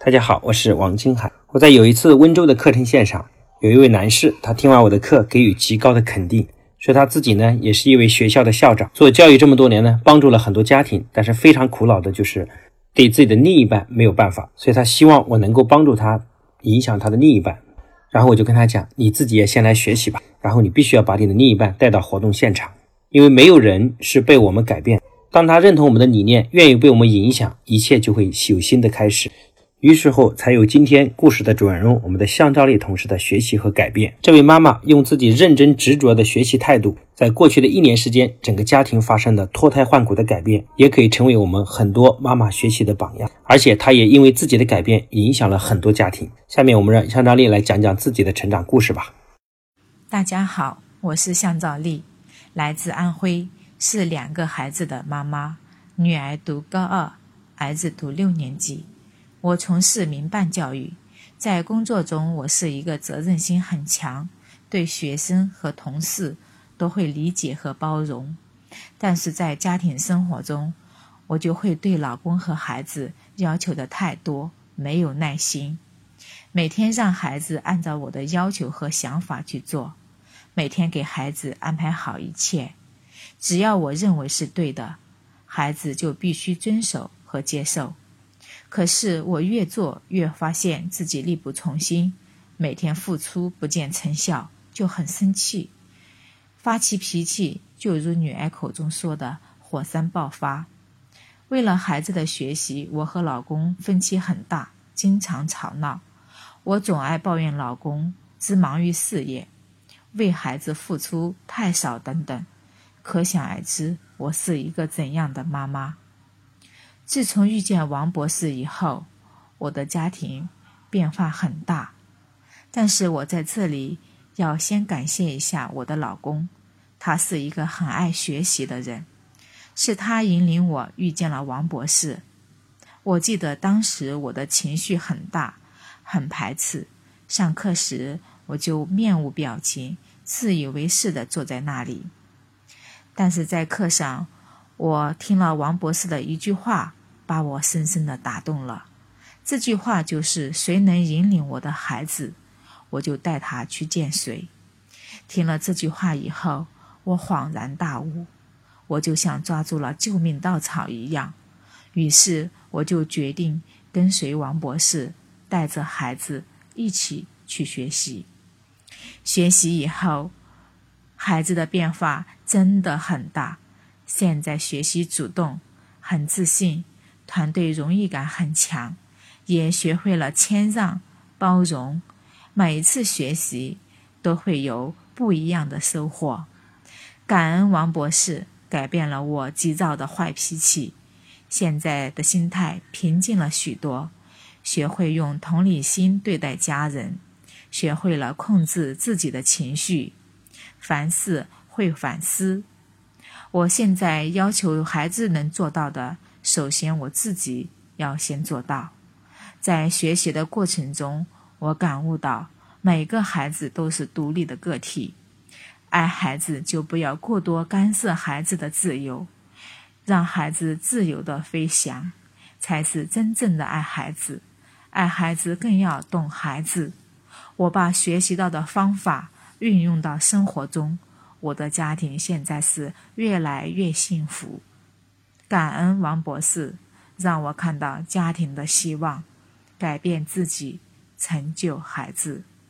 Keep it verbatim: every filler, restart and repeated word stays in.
大家好，我是王金海。我在有一次温州的课程现场，有一位男士，他听完我的课给予极高的肯定，说他自己呢也是一位学校的校长，做教育这么多年呢，帮助了很多家庭，但是非常苦恼的就是给自己的另一半没有办法，所以他希望我能够帮助他影响他的另一半。然后我就跟他讲，你自己也先来学习吧，然后你必须要把你的另一半带到活动现场，因为没有人是被我们改变，当他认同我们的理念，愿意被我们影响，一切就会有新的开始。于是后才有今天故事的主人翁，我们的向兆丽同事的学习和改变。这位妈妈用自己认真执着的学习态度，在过去的一年时间，整个家庭发生了脱胎换骨的改变，也可以成为我们很多妈妈学习的榜样。而且她也因为自己的改变影响了很多家庭。下面我们让向兆丽来讲讲自己的成长故事吧。 大家好，我是向兆丽，来自安徽，是两个孩子的妈妈，女儿读高二，儿子读六年级。我从事民办教育，在工作中我是一个责任心很强，对学生和同事都会理解和包容。但是在家庭生活中，我就会对老公和孩子要求的太多，没有耐心。每天让孩子按照我的要求和想法去做，每天给孩子安排好一切，只要我认为是对的，孩子就必须遵守和接受。可是我越做越发现自己力不从心，每天付出不见成效，就很生气，发起脾气，就如女儿口中说的火山爆发。为了孩子的学习，我和老公分歧很大，经常吵闹。我总爱抱怨老公只忙于事业，为孩子付出太少等等，可想而知我是一个怎样的妈妈。自从遇见王博士以后，我的家庭变化很大，但是我在这里要先感谢一下我的老公，他是一个很爱学习的人，是他引领我遇见了王博士。我记得当时我的情绪很大，很排斥，上课时我就面无表情，自以为是地坐在那里。但是在课上，我听了王博士的一句话，把我深深地打动了。这句话就是谁能引领我的孩子，我就带他去见谁。听了这句话以后，我恍然大悟，我就像抓住了救命稻草一样，于是我就决定跟随王博士，带着孩子一起去学习。学习以后，孩子的变化真的很大，现在学习主动，很自信，团队荣誉感很强，也学会了谦让、包容，每一次学习都会有不一样的收获。感恩王博士改变了我急躁的坏脾气，现在的心态平静了许多，学会用同理心对待家人，学会了控制自己的情绪，凡事会反思。我现在要求孩子能做到的，首先我自己要先做到。在学习的过程中，我感悟到每个孩子都是独立的个体，爱孩子就不要过多干涉孩子的自由，让孩子自由地飞翔，才是真正的爱孩子。爱孩子更要懂孩子。我把学习到的方法运用到生活中，我的家庭现在是越来越幸福。感恩王博士，让我看到家庭的希望，改变自己，成就孩子。